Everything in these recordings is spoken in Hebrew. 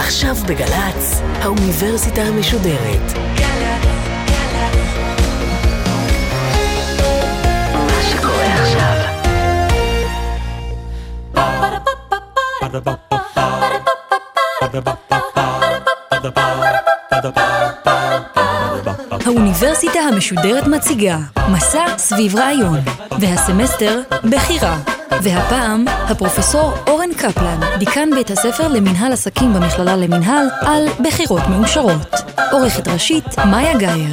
עכשיו בגלץ, האוניברסיטה המשודרת. מה שקורה עכשיו. האוניברסיטה המשודרת מציגה מסע סביב רעיון, והסמסטר בחירה. והפעם הפרופסור אורן קפלן, דיקן בית הספר למנהל עסקים במכללה למנהל, על בחירות מאושרות. עורכת ראשית מאיה גייר.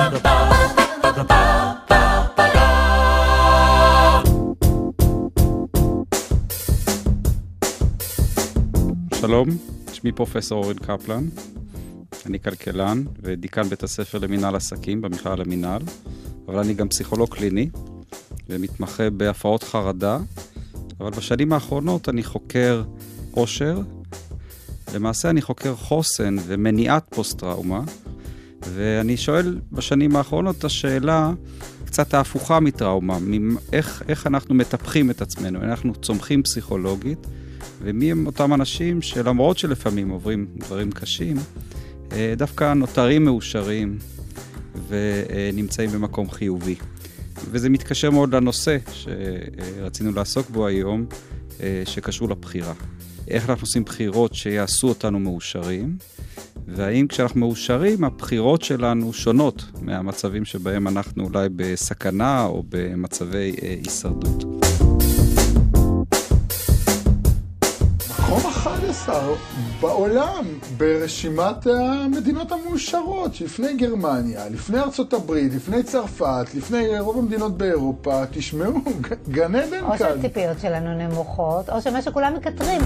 שלום, שמי פרופסור אורן קפלן. אני כלכלן ודיקן בית הספר למנהל עסקים במכללה למנהל, אבל אני גם פסיכולוג קליני ומתמחה בהפרעות חרדה. אבל בשנים האחרונות אני חוקר עושר, למעשה אני חוקר חוסן ומניעת פוסט-טראומה, ואני שואל בשנים האחרונות את השאלה קצת ההפוכה מטראומה, איך אנחנו מטפחים את עצמנו, אנחנו צומחים פסיכולוגית, ומי הם אותם אנשים שלמרות שלפעמים עוברים דברים קשים, דווקא נותרים מאושרים ונמצאים במקום חיובי. וזה מתקשר מאוד לנושא שרצינו לעסוק בו היום, שקשור לבחירה. איך אנחנו עושים בחירות שיעשו אותנו מאושרים, והאם כשאנחנו מאושרים, הבחירות שלנו שונות מהמצבים שבהם אנחנו אולי בסכנה או במצבי הישרדות. מקום 11 בעולם ברשימת המדינות המאושרות, שלפני גרמניה, לפני ארצות הברית, לפני צרפת, לפני רוב המדינות באירופה. תשמעו, גן עדן כאן. או שהציפיות שלנו נמוכות, או שמה שכולם מקטרים.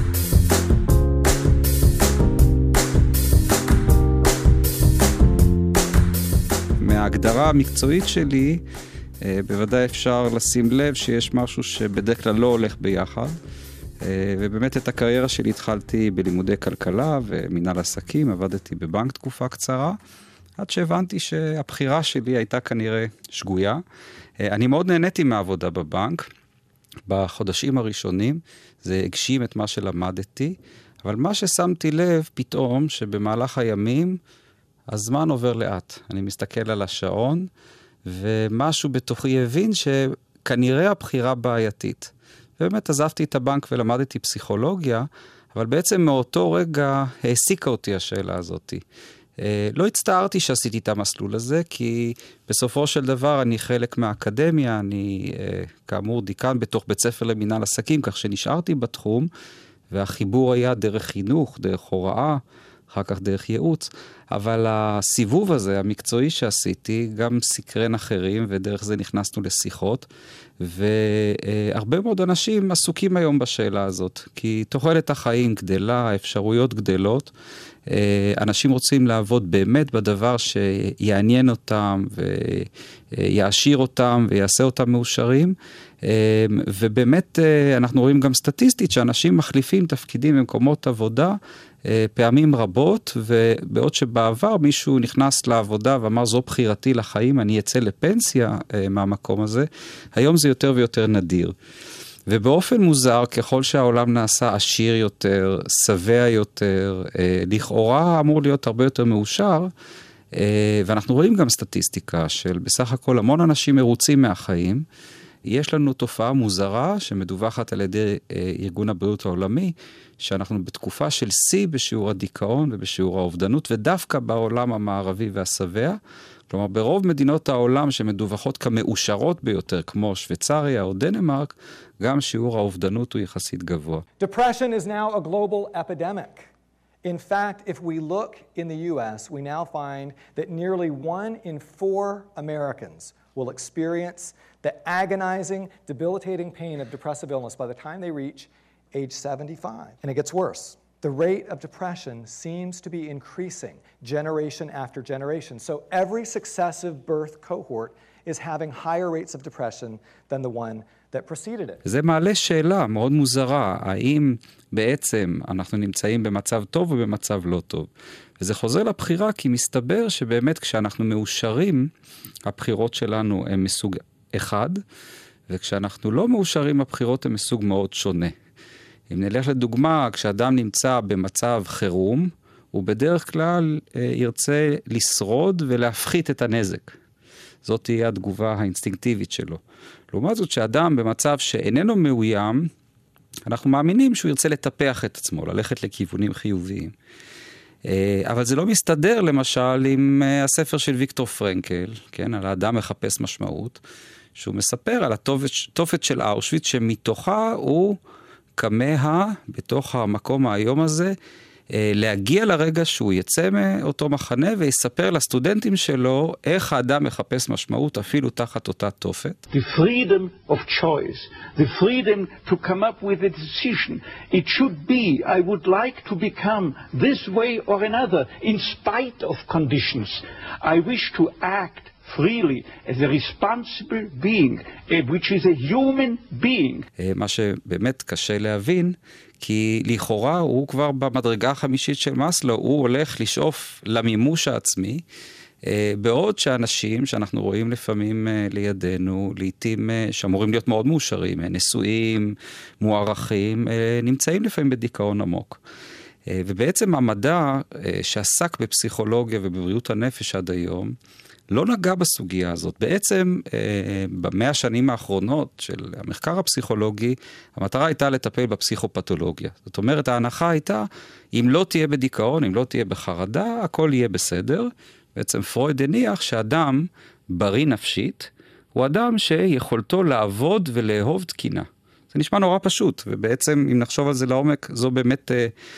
מההגדרה המקצועית שלי, בוודאי אפשר לשים לב שיש משהו שבדרך כלל לא הולך ביחד. ובאמת את הקריירה שלי התחלתי בלימודי כלכלה ומנהל עסקים, עבדתי בבנק תקופה קצרה, עד שהבנתי שהבחירה שלי הייתה כנראה שגויה. אני מאוד נהניתי מהעבודה בבנק, בחודשים הראשונים, זה הגשים את מה שלמדתי, אבל מה ששמתי לב פתאום שבמהלך הימים, הזמן עובר לאט. אני מסתכל על השעון, ומשהו בתוכי הבין שכנראה הבחירה בעייתית. ובאמת עזבתי את הבנק ולמדתי פסיכולוגיה, אבל בעצם מאותו רגע העסיקה אותי השאלה הזאת. לא הצטערתי שעשיתי את המסלול הזה, כי בסופו של דבר אני חלק מהאקדמיה, אני כאמור דיקן בתוך בית ספר למנהל עסקים, כך שנשארתי בתחום, והחיבור היה דרך חינוך, דרך הוראה, אחר כך דרך ייעוץ, אבל הסיבוב הזה, המקצועי שעשיתי, גם סקרן אחרים, ודרך זה נכנסנו לשיחות, והרבה מאוד אנשים עסוקים היום בשאלה הזאת, כי תוחלת החיים גדלה, האפשרויות גדלות, אנשים רוצים לעבוד באמת בדבר שיעניין אותם, ויעשיר אותם, ויעשה אותם מאושרים, ובאמת אנחנו רואים גם סטטיסטית, שאנשים מחליפים תפקידים במקומות עבודה, פעמים רבות, ובעוד שבעבר מישהו נכנס לעבודה ואמר זו בחירתי לחיים, אני אצא לפנסיה מהמקום הזה, היום זה יותר ויותר נדיר. ובאופן מוזר, ככל שהעולם נעשה עשיר יותר, שבע יותר, לכאורה אמור להיות הרבה יותר מאושר, ואנחנו רואים גם סטטיסטיקה של בסך הכל המון אנשים מרוצים מהחיים, יש לנו תופעה מוזרה שמדווחת על ידי ארגון הבריאות העולמי, שאנחנו בתקופה של שיא בשיעור הדיכאון ובשיעור האובדנות, ודווקא בעולם המערבי והשבע, כלומר ברוב מדינות העולם שמדווחות כמאושרות ביותר, כמו שוויצריה או דנמרק, גם שיעור האובדנות הוא יחסית גבוה. Depression is now a global epidemic. In fact, if we look in the US, we now find that nearly 1 in 4 Americans will experience the agonizing, debilitating pain of depressive illness by the time they reach age 75. And it gets worse. The rate of depression seems to be increasing generation after generation. So every successive birth cohort is having higher rates of depression than the one that preceded it. זה מעלה שאלה מאוד מוזרה, האם בעצם אנחנו נמצאים במצב טוב או במצב לא טוב. וזה חוזר לבחירה, כי מסתבר שבאמת כשאנחנו מאושרים, הבחירות שלנו הן מסוג אחד, וכשאנחנו לא מאושרים, הבחירות הן מסוג מאוד שונה. אם נלך לדוגמה, כשאדם נמצא במצב חירום, הוא בדרך כלל ירצה לשרוד ולהפחית את הנזק. זאת תהיה התגובה האינסטינקטיבית שלו. לעומת זאת שאדם במצב שאיננו מאוים, אנחנו מאמינים שהוא ירצה לטפח את עצמו, ללכת לכיוונים חיוביים. אבל זה לא מסתדר למשל עם הספר של ויקטור פרנקל, כן, על האדם מחפש משמעות, שהוא מספר על התופת של אושוויץ, שמתוכה הוא כמה בתוך המקום היום הזה, להגיע לרגע שהוא יצא מאותו מחנה ויספר לסטודנטים שלו איך האדם מחפש משמעות אפילו תחת אותה תופת. The freedom of choice, the freedom to come up with a decision. It should be, I would like to become this way or another in spite of conditions. I wish to act freely as a responsible being, which is a human being. מה שבאמת קשה להבין, כי לכאורה הוא כבר במדרגה החמישית של מאסלו, הוא הולך לשאוף למימוש העצמי, בעוד שאנשים שאנחנו רואים לפעמים לידינו, לעתים שאמורים להיות מאוד מאושרים, נשואים, מוערכים, נמצאים לפעמים בדיכאון עמוק. ובעצם המדע שעסק בפסיכולוגיה ובבריאות הנפש עד היום, לא נגע בסוגיה הזאת. בעצם, במאה השנים האחרונות של המחקר הפסיכולוגי, המטרה הייתה לטפל בפסיכופתולוגיה. זאת אומרת, ההנחה הייתה, אם לא תהיה בדיכאון, אם לא תהיה בחרדה, הכל יהיה בסדר. בעצם פרויד הניח שאדם בריא נפשית, הוא אדם שיכולתו לעבוד ולאהוב תקינה. זה נשמע נורא פשוט, ובעצם, אם נחשוב על זה לעומק, זו באמת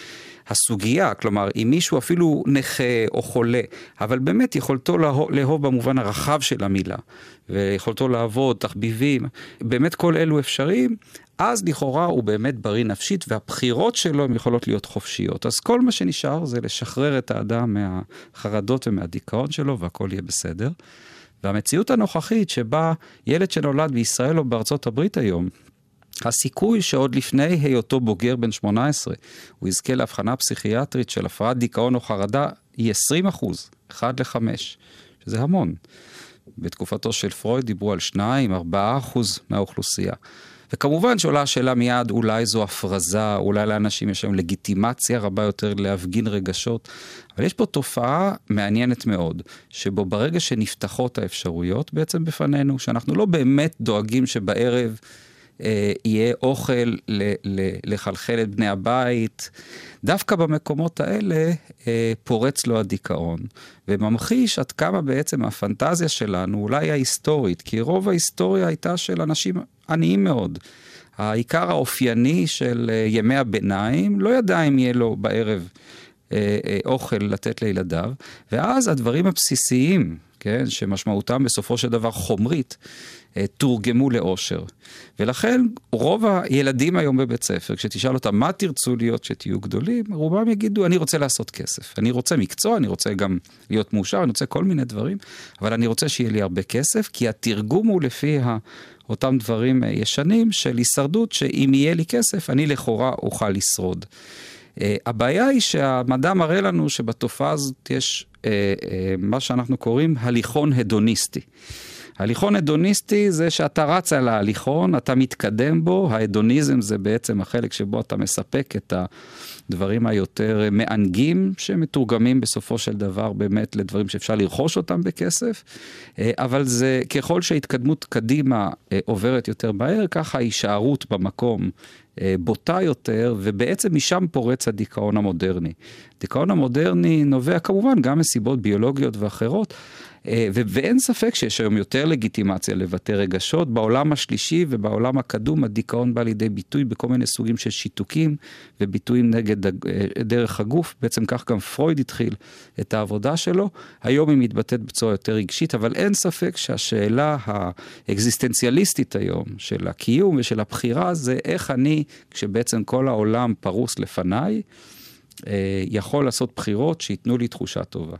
הסוגיה, כלומר, אם מישהו אפילו נכה או חולה, אבל באמת יכולתו לאהוב במובן הרחב של המילה, ויכולתו לעבוד, תחביבים, באמת כל אלו אפשריים, אז לכאורה הוא באמת בריא נפשית, והבחירות שלו הן יכולות להיות חופשיות. אז כל מה שנשאר זה לשחרר את האדם מהחרדות ומהדיכאון שלו, והכל יהיה בסדר. והמציאות הנוכחית שבה ילד שנולד בישראל או בארצות הברית היום, הסיכוי שעוד לפני היותו בוגר בן 18, הוא יזכה להבחנה פסיכיאטרית של הפרעת דיכאון או חרדה, היא 20%, 1-5, שזה המון. בתקופתו של פרויד דיברו על 2-4% מהאוכלוסייה. וכמובן שעולה השאלה מיד, אולי זו הפרזה, אולי לאנשים יש היום לגיטימציה רבה יותר להפגין רגשות, אבל יש פה תופעה מעניינת מאוד, שבו ברגע שנפתחות האפשרויות בעצם בפנינו, שאנחנו לא באמת דואגים שבערב יהיה אוכל לחלחל את בני הבית, דווקא במקומות האלה פורץ לו הדיכאון, וממחיש עד כמה בעצם הפנטזיה שלנו, אולי ההיסטורית, כי רוב ההיסטוריה הייתה של אנשים עניים מאוד. העיקר האופייני של ימי הביניים, לא ידע אם יהיה לו בערב אוכל לתת לילדיו, ואז הדברים הבסיסיים, כן, שמשמעותם בסופו של דבר חומרית, תורגמו לאושר. ולכן רוב הילדים היום בבית ספר, כשתשאל אותם מה תרצו להיות שתהיו גדולים, רובם יגידו, אני רוצה לעשות כסף. אני רוצה מקצוע, אני רוצה גם להיות מאושר, אני רוצה כל מיני דברים, אבל אני רוצה שיהיה לי הרבה כסף, כי התרגום הוא לפי אותם דברים ישנים של הישרדות, שאם יהיה לי כסף, אני לכאורה אוכל לשרוד. הבעיה היא שהמדע מראה לנו שבתופעה הזאת יש מה שאנחנו קוראים הליכון הדוניסטי. הליכון הדוניסטי זה שאתה רץ על ההליכון, אתה מתקדם בו, ההדוניזם זה בעצם החלק שבו אתה מספק את הדברים היותר מענגים, שמתורגמים בסופו של דבר באמת לדברים שאפשר לרכוש אותם בכסף, אבל זה ככל שההתקדמות קדימה עוברת יותר מהר, ככה ההישארות במקום בוטה יותר, ובעצם משם פורץ הדיכאון המודרני. הדיכאון המודרני נובע כמובן גם מסיבות ביולוגיות ואחרות, ואין ספק שיש היום יותר לגיטימציה לבטא רגשות. בעולם השלישי ובעולם הקדום הדיכאון בא לידי ביטוי בכל מיני סוגים של שיתוקים וביטויים נגד דרך הגוף. בעצם כך גם פרויד התחיל את העבודה שלו. היום היא מתבטאת בצורה יותר רגשית, אבל אין ספק שהשאלה האקזיסטנציאליסטית היום של הקיום ושל הבחירה זה איך אני, כשבעצם כל העולם פרוס לפניי, יכול לעשות בחירות שיתנו לי תחושה טובה.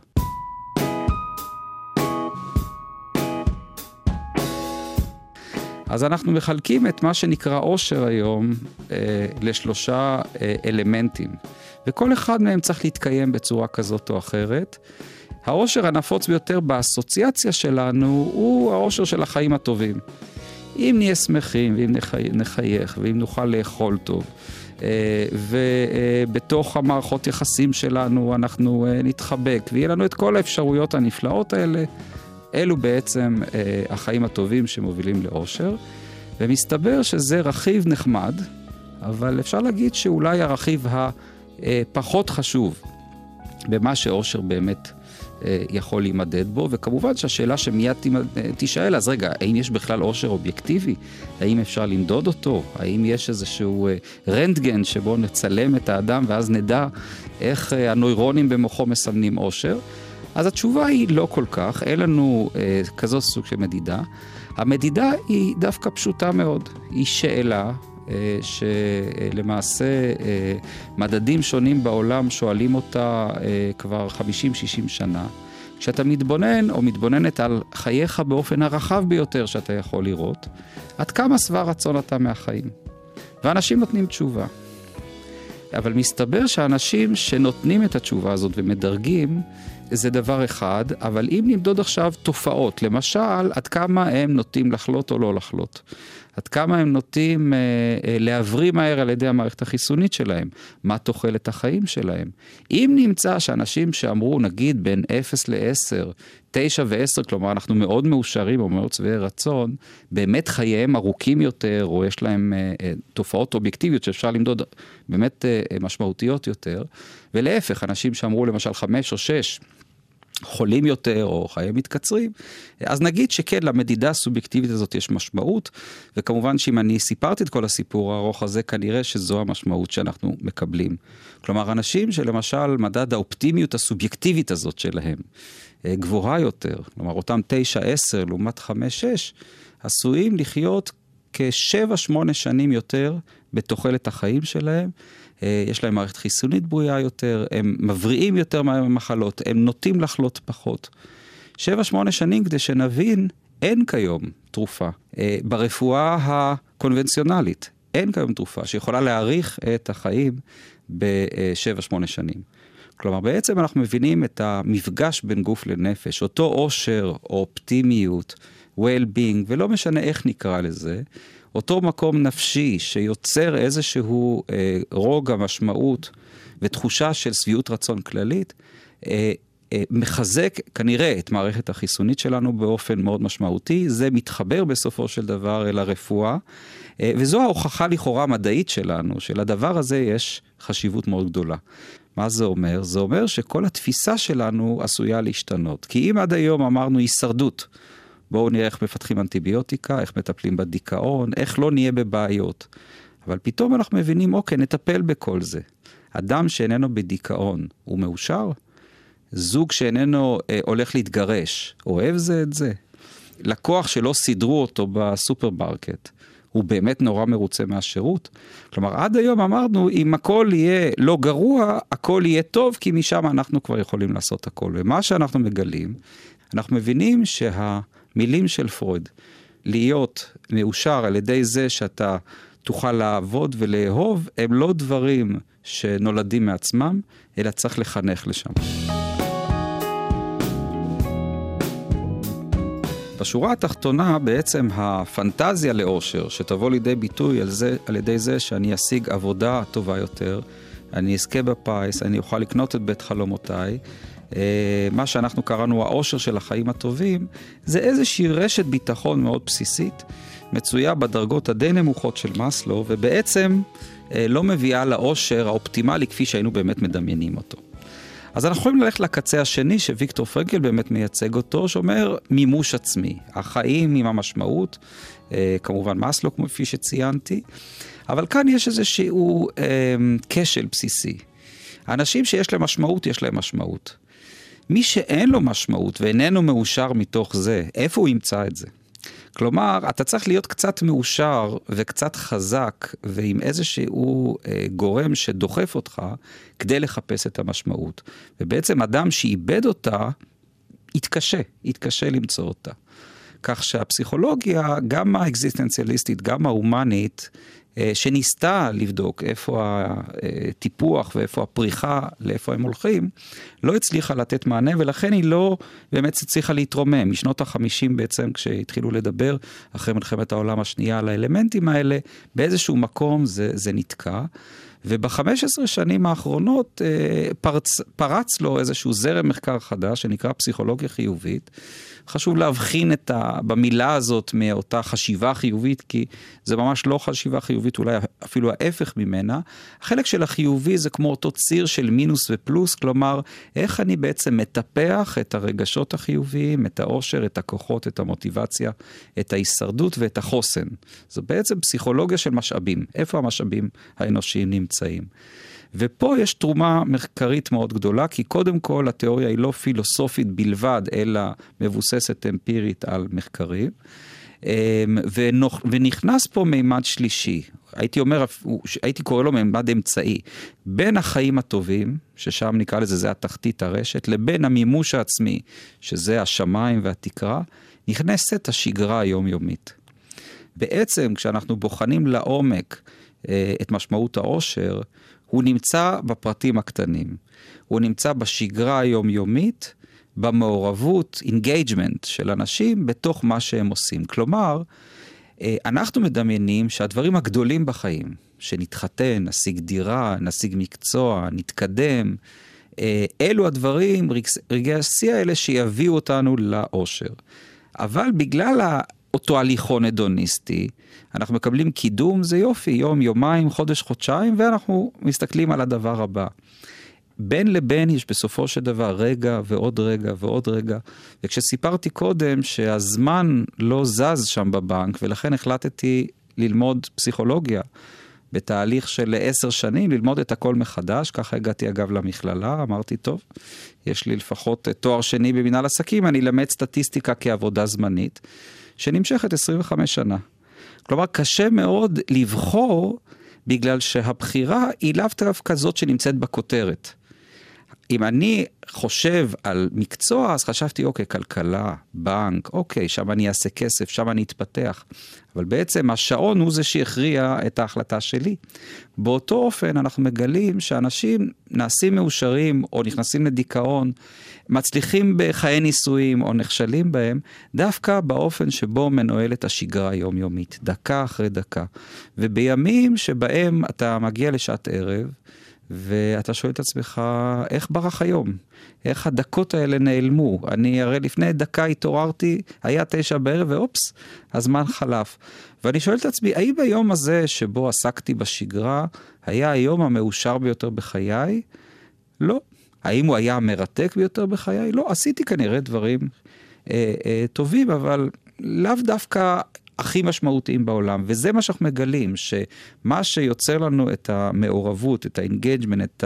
אז אנחנו מחלקים את מה שנקרא עושר היום לשלושה אלמנטים, וכל אחד מהם צריך להתקיים בצורה כזאת או אחרת. העושר הנפוץ ביותר באסוציאציה שלנו הוא העושר של החיים הטובים. אם נהיה שמחים, ואם נחייך, ואם נוכל לאכול טוב, ובתוך המערכות יחסים שלנו אנחנו נתחבק, ויהיה לנו את כל האפשרויות הנפלאות האלה. אלו בעצם החיים הטובים שמובילים לאושר, ומסתבר שזה רכיב נחמד, אבל אפשר להגיד שאולי הרכיב הפחות חשוב במה שאושר באמת יכול להימדד בו, וכמובן שהשאלה שמיד תשאל, אז רגע, האם יש בכלל אושר אובייקטיבי? האם אפשר למדוד אותו? האם יש איזשהו רנטגן שבו נצלם את האדם ואז נדע איך הנוירונים במוחו מסמנים אושר? אז התשובה היא לא כל כך, אין לנו כזו סוג של מדידה. המדידה היא דווקא פשוטה מאוד, היא שאלה שלמעשה מדדים שונים בעולם שואלים אותה כבר 50-60 שנה. כשאתה מתבונן או מתבוננת על חייך באופן הרחב ביותר שאתה יכול לראות, עד כמה שבע רצון אתה מהחיים. ואנשים נותנים תשובה. אבל מסתבר שאנשים שנותנים את התשובה הזאת ומדרגים, זה דבר אחד, אבל אם נמדוד עכשיו תופעות, למשל, עד כמה הם נוטים לחלות או לא לחלות, עד כמה הם נוטים להבריא מהר על ידי המערכת החיסונית שלהם, מה תוחלת החיים שלהם. אם נמצא שאנשים שאמרו, נגיד, בין 0 ל-10, 9 ו-10, כלומר, אנחנו מאוד מאושרים או מאוד שבעי רצון, באמת חייהם ארוכים יותר, או יש להם תופעות אובייקטיביות שאפשר למדוד באמת משמעותיות יותר, ולהפך, אנשים שאמרו למשל 5 או 6, חולים יותר או חיים מתקצרים, אז נגיד שכן, למדידה הסובייקטיבית הזאת יש משמעות, וכמובן שאם אני סיפרתי את כל הסיפור הארוך הזה, כנראה שזו המשמעות שאנחנו מקבלים. כלומר, אנשים שלמשל מדד האופטימיות הסובייקטיבית הזאת שלהם גבוהה יותר, כלומר אותם 9-10 לעומת 5-6, עשויים לחיות כ7-8 שנים יותר בתוחלת החיים שלהם, יש להם מערכת חיסונית בריאה יותר, הם מבריאים יותר מהמחלות, הם נוטים לחלות פחות. 7-8 שנים כדי שנבין, אין כיום תרופה. ברפואה הקונבנציונלית, אין כיום תרופה שיכולה להאריך את החיים ב7-8 שנים. כלומר, בעצם אנחנו מבינים את המפגש בין גוף לנפש, אותו אושר או אופטימיות, well-being, ולא משנה איך נקרא לזה, אותו מקום נפשי שיוצר איזשהו רוגע, משמעות ותחושה של שביעות רצון כללית, מחזק כנראה את מערכת החיסונית שלנו באופן מאוד משמעותי. זה מתחבר בסופו של דבר אל הרפואה, וזו ההוכחה לכאורה מדעית שלנו, שלדבר הזה יש חשיבות מאוד גדולה. מה זה אומר? זה אומר שכל התפיסה שלנו עשויה להשתנות. כי אם עד היום אמרנו הישרדות, בואו נראה איך מפתחים אנטיביוטיקה, איך מטפלים בדיכאון, איך לא נהיה בבעיות. אבל פתאום אנחנו מבינים, אוקיי, נטפל בכל זה. אדם שאיננו בדיכאון, הוא מאושר? זוג שאיננו הולך להתגרש, אוהב זה את זה? לקוח שלא סידרו אותו בסופרמרקט, הוא באמת נורא מרוצה מהשירות? כלומר, עד היום אמרנו, אם הכל יהיה לא גרוע, הכל יהיה טוב, כי משם אנחנו כבר יכולים לעשות הכל. ומה שאנחנו מגלים, אנחנו מבינים מילים של פרויד, להיות מאושר על ידי זה שאתה תוכל לעבוד ולאהוב, הם לא דברים שנולדים מעצמם, אלא צריך לחנך לשם. בשורה התחתונה בעצם הפנטזיה לאושר, שתבוא לידי ביטוי על ידי זה שאני אשיג עבודה טובה יותר, אני אזכה בפיס, אני אוכל לקנות את בית חלומותיי, מה שאנחנו קראנו האושר של החיים הטובים, זה איזושהי רשת ביטחון מאוד בסיסית, מצויה בדרגות הדי נמוכות של מאסלו, ובעצם לא מביאה לאושר האופטימלי כפי שהיינו באמת מדמיינים אותו. אז אנחנו יכולים ללכת לקצה השני שוויקטור פרנקל באמת מייצג אותו, שאומר מימוש עצמי, החיים עם המשמעות, כמובן מאסלו כפי שציינתי, אבל כאן יש איזשהו כשל בסיסי. האנשים שיש להם משמעות, יש להם משמעות. מי שאין לו משמעות ואיננו מאושר מתוך זה, איפה הוא ימצא את זה? כלומר, אתה צריך להיות קצת מאושר וקצת חזק ועם איזשהו גורם שדוחף אותך כדי לחפש את המשמעות. ובעצם אדם שאיבד אותה, יתקשה למצוא אותה. כך שהפסיכולוגיה, גם האקזיסטנציאליסטית, גם ההומנית, שניסתה לבדוק איפה הטיפוח ואיפה הפריחה, לאיפה הם הולכים, לא הצליחה לתת מענה, ולכן היא לא באמת הצליחה להתרומם. משנות ה-50 בעצם, כשהתחילו לדבר אחרי מלחמת העולם השנייה על האלמנטים האלה, באיזשהו מקום זה נתקע, וב-15 שנים האחרונות פרץ לו איזשהו זרם מחקר חדש, שנקרא פסיכולוגיה חיובית. חשוב להבחין במילה הזאת מאותה חשיבה חיובית, כי זה ממש לא חשיבה חיובית, אולי אפילו ההפך ממנה. החלק של החיובי זה כמו אותו ציר של מינוס ופלוס, כלומר, איך אני בעצם מטפח את הרגשות החיוביים, את האושר, את הכוחות, את המוטיבציה, את ההישרדות ואת החוסן. זו בעצם פסיכולוגיה של משאבים. איפה המשאבים האנושיים נמצאים? ופה יש תרומה מחקרית מאוד גדולה, כי קודם כל התיאוריה היא לא פילוסופית בלבד, אלא מבוססת אמפירית על מחקרים, ונכנס פה מימד שלישי, הייתי קורא לו מימד אמצעי, בין החיים הטובים, ששם נקרא לזה, זה התחתית הרשת, לבין המימוש העצמי, שזה השמיים והתקרה, נכנסת השגרה היומיומית. בעצם כשאנחנו בוחנים לעומק את משמעות העושר, הוא נמצא בפרטים הקטנים. הוא נמצא בשגרה היומיומית, במעורבות, engagement של אנשים בתוך מה שהם עושים. כלומר, אנחנו מדמיינים שהדברים הגדולים בחיים, שנתחתן, נשיג דירה, נשיג מקצוע, נתקדם, אלו הדברים, רגעי השיא האלה שיביאו אותנו לאושר. אבל בגלל אותו הליכון הדוניסטי, אנחנו מקבלים קידום, זה יופי, יום, יומיים, חודש, חודשיים, ואנחנו מסתכלים על הדבר הבא. בין לבין יש בסופו של דבר רגע ועוד רגע ועוד רגע, וכשסיפרתי קודם שהזמן לא זז שם בבנק, ולכן החלטתי ללמוד פסיכולוגיה, בתהליך של 10 שנים, ללמוד את הכל מחדש, ככה הגעתי אגב למכללה, אמרתי טוב, יש לי לפחות תואר שני במנהל עסקים, אני למד סטטיסטיקה כעבודה זמנית, שנמשכת 25 שנה. כלומר, קשה מאוד לבחור, בגלל שהבחירה היא לאו דווקא כזאת שנמצאת בכותרת. אם אני חושב על מקצוע, אז חשבתי, אוקיי, כלכלה, בנק, אוקיי, שם אני אעשה כסף, שם אני אתפתח. אבל בעצם השעון הוא זה שהכריע את ההחלטה שלי. באותו אופן אנחנו מגלים שאנשים נעשים מאושרים או נכנסים לדיכאון, מצליחים בחיי ניסויים או נכשלים בהם, דווקא באופן שבו מנוהלת השגרה היומיומית, דקה אחרי דקה. ובימים שבהם אתה מגיע לשעת ערב, ואתה שואל את עצמך, איך ברח היום? איך הדקות האלה נעלמו? אני הרי לפני דקה התעוררתי, היה 9 בערב, ואופס, הזמן חלף. ואני שואל את עצמי, האם ביום הזה שבו עסקתי בשגרה, היה היום המאושר ביותר בחיי? לא. האם הוא היה המרתק ביותר בחיי? לא. עשיתי כנראה דברים טובים, אבל לאו דווקא הכי משמעותיים בעולם, וזה מה שאנחנו מגלים, שמה שיוצר לנו את המעורבות, את האינגייג'מנט, את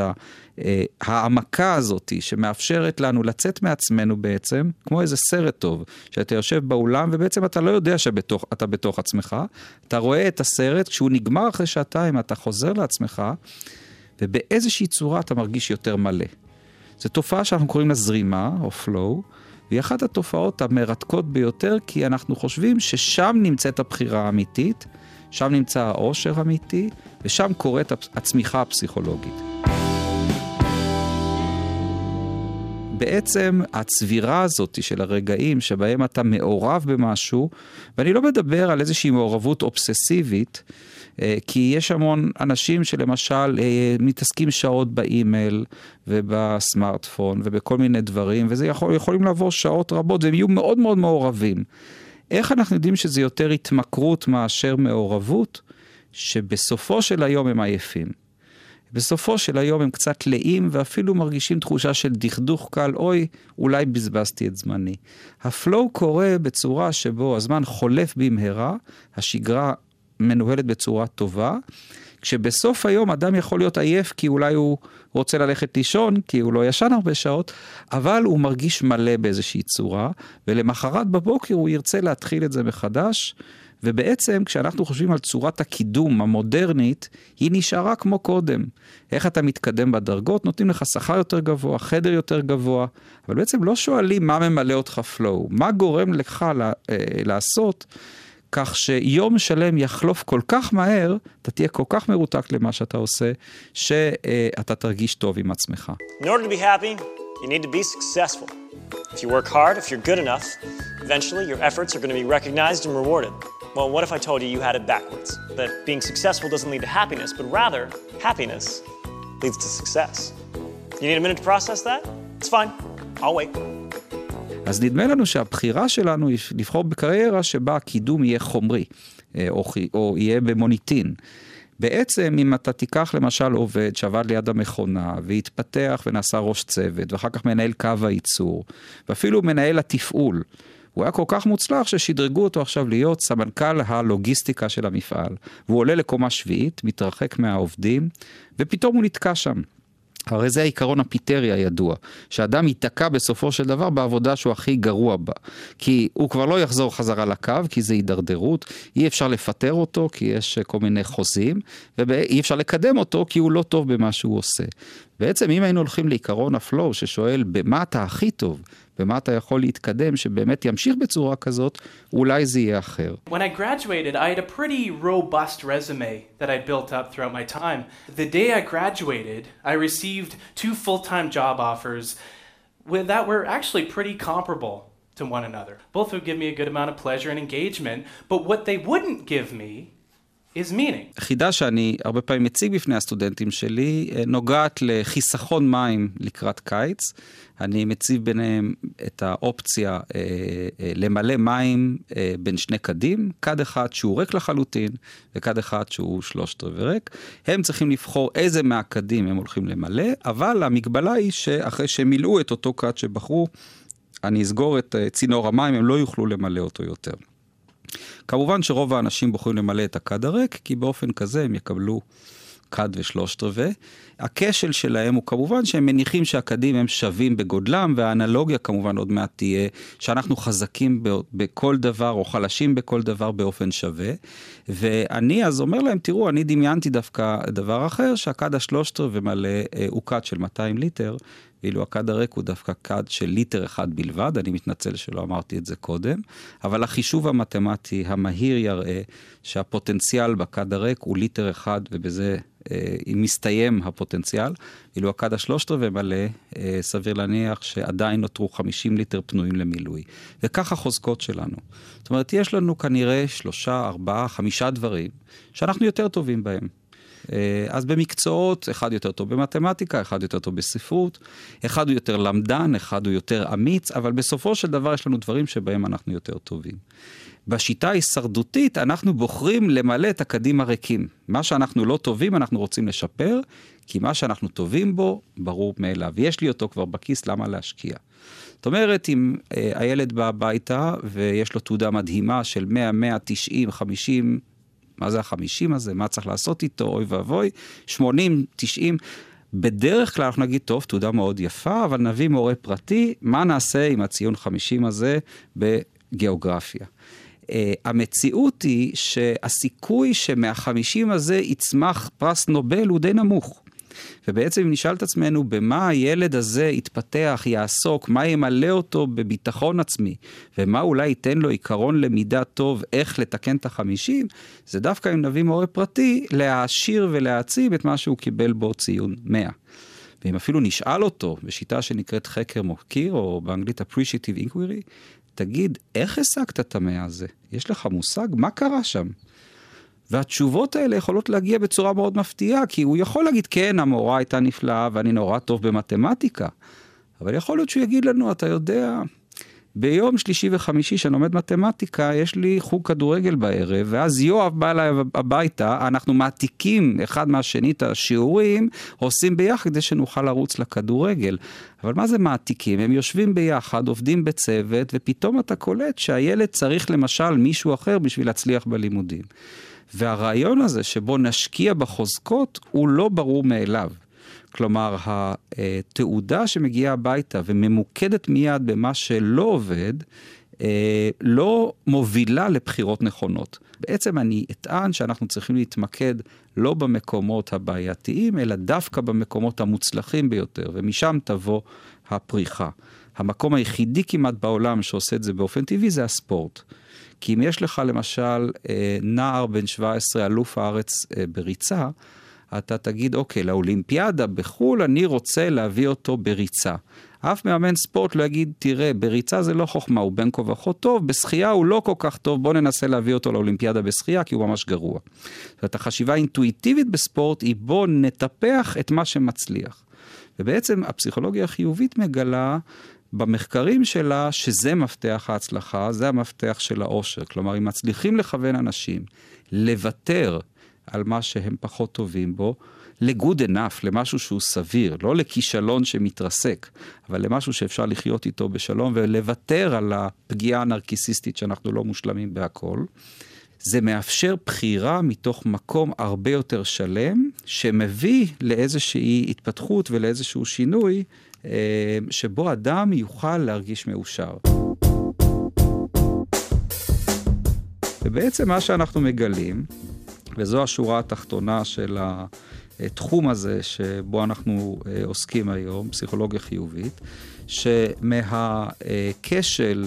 העמקה הזאת, שמאפשרת לנו לצאת מעצמנו בעצם, כמו איזה סרט טוב, שאתה יושב באולם, ובעצם אתה לא יודע שאתה בתוך עצמך, אתה רואה את הסרט, כשהוא נגמר אחרי שעתיים, אתה חוזר לעצמך, ובאיזושהי צורה אתה מרגיש יותר מלא. זו תופעה שאנחנו קוראים לה זרימה, או flow, והיא אחת התופעות המרתקות ביותר, כי אנחנו חושבים ששם נמצאת הבחירה האמיתית, שם נמצא העושר האמיתי, ושם קורית הצמיחה הפסיכולוגית. בעצם הצבירה הזאת של הרגעים שבהם אתה מעורב במשהו, ואני לא מדבר על איזושהי מעורבות אובססיבית, כי יש המון אנשים שלמשל מתעסקים שעות באימייל ובסמארטפון ובכל מיני דברים, וזה יכולים לעבור שעות רבות, והם יהיו מאוד מאוד מעורבים. איך אנחנו יודעים שזה יותר התמכרות מאשר מעורבות? שבסופו של היום הם עייפים. בסופו של היום הם קצת לאים, ואפילו מרגישים תחושה של דכדוך קל, אוי, אולי בזבזתי את זמני. הפלואו קורה בצורה שבו הזמן חולף במהרה, השגרה מנוהלת בצורה טובה, כשבסוף היום אדם יכול להיות עייף, כי אולי הוא רוצה ללכת לישון, כי הוא לא ישן הרבה שעות, אבל הוא מרגיש מלא באיזושהי צורה, ולמחרת בבוקר הוא ירצה להתחיל את זה מחדש, ובעצם כשאנחנו חושבים על צורת הקידום המודרנית, היא נשארה כמו קודם. איך אתה מתקדם בדרגות, נותנים לך שכר יותר גבוה, חדר יותר גבוה, אבל בעצם לא שואלים מה ממלא אותך פלואו, מה גורם לך לעשות, כך שיום שלם יחלוף כל כך מהר, אתה תהיה כל כך מרותק למה שאתה עושה, שאתה תרגיש טוב עם עצמך. In order to be happy, you need to be successful. If you work hard, if you're good enough, eventually your efforts are going to be recognized and rewarded. Well, what if I told you you had it backwards? That being successful doesn't lead to happiness, but rather, happiness leads to success. You need a minute to process that? It's fine. I'll wait. אז נדמה לנו שהבחירה שלנו היא לבחור בקריירה שבה הקידום יהיה חומרי, או יהיה במוניטין. בעצם אם אתה תיקח למשל עובד שעבד ליד המכונה, והתפתח ונעשה ראש צוות, ואחר כך מנהל קו הייצור, ואפילו מנהל התפעול, הוא היה כל כך מוצלח ששדרגו אותו עכשיו להיות סמנכ"ל הלוגיסטיקה של המפעל. והוא עולה לקומה שביעית, מתרחק מהעובדים, ופתאום הוא נתקע שם. הרי זה העיקרון הפיטרי הידוע, שאדם ייתקע בסופו של דבר בעבודה שהוא הכי גרוע בה. כי הוא כבר לא יחזור חזרה לקו, כי זה הידרדרות, אי אפשר לפטר אותו, כי יש כל מיני חוזים, ואי אפשר לקדם אותו, כי הוא לא טוב במה שהוא עושה. בעצם אם היינו הולכים לעיקרון הפלואו, ששואל במה אתה הכי טוב, במה אתה יכול להתקדם, שבאמת ימשיך בצורה כזאת, אולי זה יהיה אחר. When I graduated, I had a pretty robust resume that I'd built up throughout my time. The day I graduated, I received 2 full-time job offers that were actually pretty comparable to one another. Both would give me a good amount of pleasure and engagement, but what they wouldn't give me is meaning. חידה שאני הרבה פעמים מציג בפני הסטודנטים שלי, נוגעת לחיסכון מים לקראת קיץ. אני מציב ביניהם את האופציה למלא מים בין שני קדים, קד אחד שהוא ריק לחלוטין, וקד אחד שהוא 3/4 ריק. הם צריכים לבחור איזה מהקדים הם הולכים למלא, אבל המגבלה היא שאחרי שהם מילאו את אותו קד שבחרו, אני אסגור את צינור המים, הם לא יוכלו למלא אותו יותר. כמובן שרוב האנשים בוחרים למלא את הקד הריק, כי באופן כזה הם יקבלו קד ו3/4. הכשל שלהם הוא כמובן שהם מניחים שהקדים הם שווים בגודלם, והאנלוגיה כמובן עוד מעט תהיה שאנחנו חזקים בכל דבר או חלשים בכל דבר באופן שווה. ואני אז אומר להם, תראו, אני דמיינתי דווקא דבר אחר, שהקד ה3/4 מלא הוא קד של 200 ליטר, ואילו הקד הריק הוא דווקא קד של ליטר אחד בלבד. אני מתנצל שלא אמרתי את זה קודם, אבל החישוב המתמטי המהיר יראה שהפוטנציאל בקד הריק הוא ליטר אחד, ובזה מסתיים הפוטנציאל. ואילו הקד ה3/4 מלא, סביר להניח שעדיין נותרו 50 ליטר פנויים למילוי. וככה חוזקות שלנו. זאת אומרת, יש לנו כנראה 3, 4, 5 דברים שאנחנו יותר טובים בהם. אז במקצועות, אחד יותר טוב במתמטיקה, אחד יותר טוב בספרות, אחד הוא יותר למדן, אחד הוא יותר אמיץ, אבל בסופו של דבר יש לנו דברים שבהם אנחנו יותר טובים. בשיטה ההישרדותית אנחנו בוחרים למלא את הקדים הריקים. מה שאנחנו לא טובים אנחנו רוצים לשפר, כי מה שאנחנו טובים בו ברור מאליו. יש לי אותו כבר בכיס, למה להשקיע? זאת אומרת, אם הילד בא הביתה ויש לו תעודה מדהימה של 100, 190, 50, מה זה ה-50 הזה? מה צריך לעשות איתו? אוי ואבוי. 80, 90. בדרך כלל אנחנו נגיד, טוב, תעודה מאוד יפה, אבל נביא מורה פרטי, מה נעשה עם הציון 50 הזה בגיאוגרפיה? המציאות היא שהסיכוי שמה-50 הזה יצמח פרס נובל הוא די נמוך. ובעצם אם נשאל את עצמנו במה הילד הזה יתפתח, יעסוק, מה ימלא אותו בביטחון עצמי, ומה אולי ייתן לו עיקרון למידה טוב, איך לתקן את ה-50, זה דווקא אם נביא מורה פרטי להעשיר ולהעצים את מה שהוא קיבל בו ציון 100. ואם אפילו נשאל אותו בשיטה שנקראת חקר מוקיר, או באנגלית appreciative inquiry, תגיד, איך השגת את 100 הזה? יש לך מושג? מה קרה שם? והתשובות האלה יכולות להגיע בצורה מאוד מפתיעה, כי הוא יכול להגיד, כן, המורה הייתה נפלאה, ואני נורא טוב במתמטיקה. אבל יכול להיות שהוא יגיד לנו, אתה יודע, ביום שלישי וחמישי שאני לומד מתמטיקה, יש לי חוג כדורגל בערב, ואז יואב בא אליי הביתה, אנחנו מעתיקים אחד מהשני את השיעורים, עושים ביחד כדי שנוכל לרוץ לכדורגל. אבל מה זה מעתיקים? הם יושבים ביחד, עובדים בצוות, ופתאום אתה קולט שהילד צריך למשל מישהו אחר בשביל להצליח בלימודים. והרעיון הזה שבו נשקיע בחוזקות הוא לא ברור מאליו. כלומר, התעודה שמגיעה הביתה וממוקדת מיד במה שלא עובד, לא מובילה לבחירות נכונות. בעצם אני אטען שאנחנו צריכים להתמקד לא במקומות הבעייתיים, אלא דווקא במקומות המוצלחים ביותר, ומשם תבוא הפריחה. המקום היחידי כמעט בעולם שעושה את זה באופן טבעי זה הספורט. כי אם יש לך למשל נער בן 17 אלוף הארץ בריצה, אתה תגיד, אוקיי, לאולימפיאדה בחול אני רוצה להביא אותו בריצה. אף מאמן ספורט לא יגיד, תראה, בריצה זה לא חוכמה, הוא בין כה וכה טוב, בשחייה הוא לא כל כך טוב, בוא ננסה להביא אותו לאולימפיאדה בשחייה, כי הוא ממש גרוע. זאת אומרת, החשיבה האינטואיטיבית בספורט היא בוא נטפח את מה שמצליח. ובעצם הפסיכולוגיה החיובית מגלה במחקרים שלה שזה מפתח ההצלחה, זה המפתח של האושר. כלומר, אם מצליחים לכוון אנשים לוותר על מה שהם פחות טובים בו, לגוד enough, למשהו שהוא סביר, לא לכישלון שמתרסק, אבל למשהו שאפשר לחיות איתו בשלום ולוותר על הפגיעה הנרקיסיסטית שאנחנו לא מושלמים בהכל, זה מאפשר בחירה מתוך מקום הרבה יותר שלם, שמביא לאיזושהי התפתחות ולאיזשהו שינוי, שבו אדם יוכל להרגיש מאושר. ובעצם מה שאנחנו מגלים, וזו השורה התחתונה של התחום הזה שבו אנחנו עוסקים היום, פסיכולוגיה חיובית, שמהכשל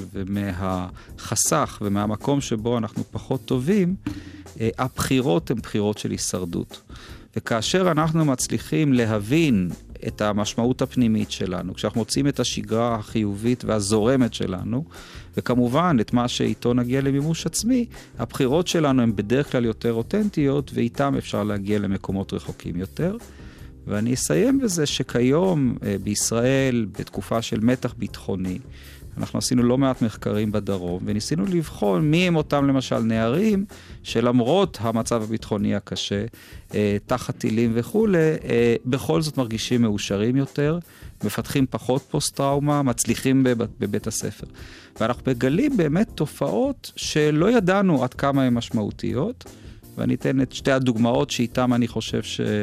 ומהחסך ומהמקום שבו אנחנו פחות טובים, הבחירות הן בחירות של הישרדות. וכאשר אנחנו מצליחים להבין את המשמעות הפנימית שלנו, כשאנחנו מוצאים את השגרה החיובית והזורמת שלנו, וכמובן את מה שאיתו נגיע למימוש עצמי, הבחירות שלנו הן בדרך כלל יותר אותנטיות, ואיתם אפשר להגיע למקומות רחוקים יותר. ואני אסיים בזה שכיום בישראל, בתקופה של מתח ביטחוני, אנחנו עשינו לא מעט מחקרים בדרום, וניסינו לבחון מי הם אותם למשל נערים, שלמרות המצב הביטחוני הקשה, תחת טילים וכו', בכל זאת מרגישים מאושרים יותר, מפתחים פחות פוסט-טראומה, מצליחים בבית הספר. ואנחנו מגלים באמת תופעות שלא ידענו עד כמה הן משמעותיות, ואני אתן את שתי הדוגמאות שאיתם אני חושב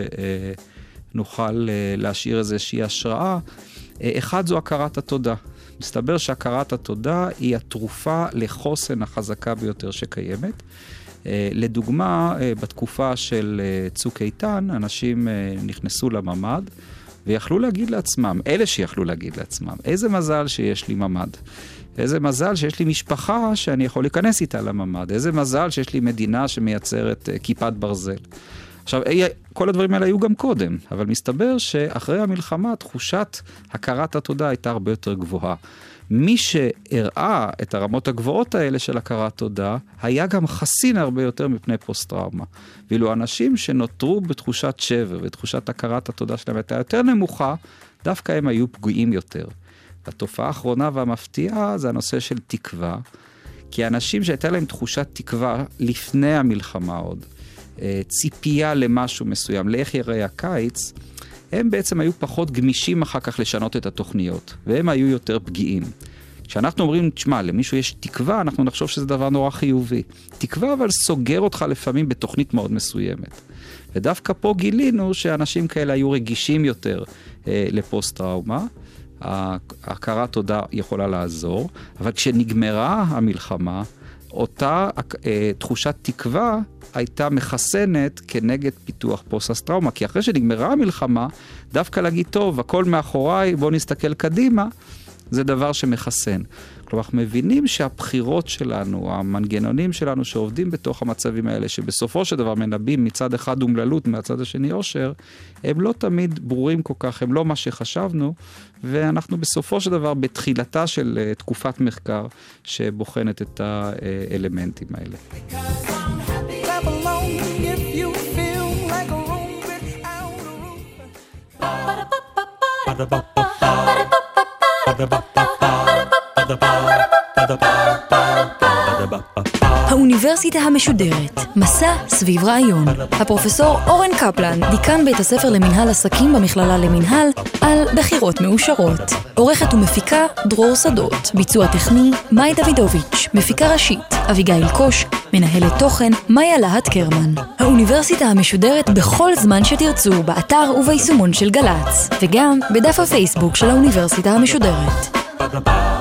שנוכל להשאיר איזושהי השראה. אחד זו הכרת התודה. מסתבר שהכרת התודה היא התרופה לחוסן החזקה ביותר שקיימת. לדוגמה, בתקופה של צוק איתן, אנשים נכנסו לממד, ויכלו להגיד לעצמם, אלה שיכלו להגיד לעצמם, איזה מזל שיש לי ממד. איזה מזל שיש לי משפחה שאני יכול להיכנס איתה לממד. איזה מזל שיש לי מדינה שמייצרת כיפת ברזל. עכשיו, כל הדברים האלה היו גם קודם, אבל מסתבר שאחרי המלחמה תחושת הכרת התודה הייתה הרבה יותר גבוהה. מי שהראה את הרמות הגבוהות האלה של הכרת תודה, היה גם חסין הרבה יותר מפני פוסט-טראומה. ואילו אנשים שנותרו בתחושת שבר ותחושת הכרת התודה שלהם הייתה יותר נמוכה, דווקא הם היו פגועים יותר. התופעה האחרונה והמפתיעה זה הנושא של תקווה, כי אנשים שהייתה להם תחושת תקווה לפני המלחמה עוד, ציפייה למשהו מסוים, לאיך יראה הקיץ, הם בעצם היו פחות גמישים אחר כך לשנות את התוכניות, והם היו יותר פגיעים. כשאנחנו אומרים, תשמע, למישהו יש תקווה, אנחנו נחשוב שזה דבר נורא חיובי. תקווה אבל סוגר אותך לפעמים בתוכנית מאוד מסוימת. ודווקא פה גילינו שאנשים כאלה היו רגישים יותר לפוסט-טראומה, הכרת תודה יכולה לעזור, אבל כשנגמרה המלחמה, אותה תחושת תקווה הייתה מחסנת כנגד פיתוח פוסט-טראומה, כי אחרי שנגמרה המלחמה, דווקא להגיד, טוב, הכל מאחוריי, בוא נסתכל קדימה, זה דבר שמחסן. כלומר, אנחנו מבינים שהבחירות שלנו, המנגנונים שלנו שעובדים בתוך המצבים האלה, שבסופו של דבר מנבאים מצד אחד אומללות, מהצד השני אושר, הם לא תמיד ברורים כל כך, הם לא מה שחשבנו, ואנחנו בסופו של דבר בתחילתה של תקופת מחקר שבוחנת את האלמנטים האלה. האוניברסיטה המשודרת, מסע סביב רעיון. הפרופסור אורן קפלן, דיקן בית הספר למנהל עסקים במכללה למנהל, על בחירות מאושרות. עורכת ומפיקה דרור שדות, ביצוע טכני מאי דוידוביץ', מפיקה ראשית אביגיל קוש, מנהלת תוכן מאיה להט קרמן. האוניברסיטה המשודרת בכל זמן שתרצו, באתר וביישומון של גל"צ, וגם בדף הפייסבוק של האוניברסיטה המשודרת.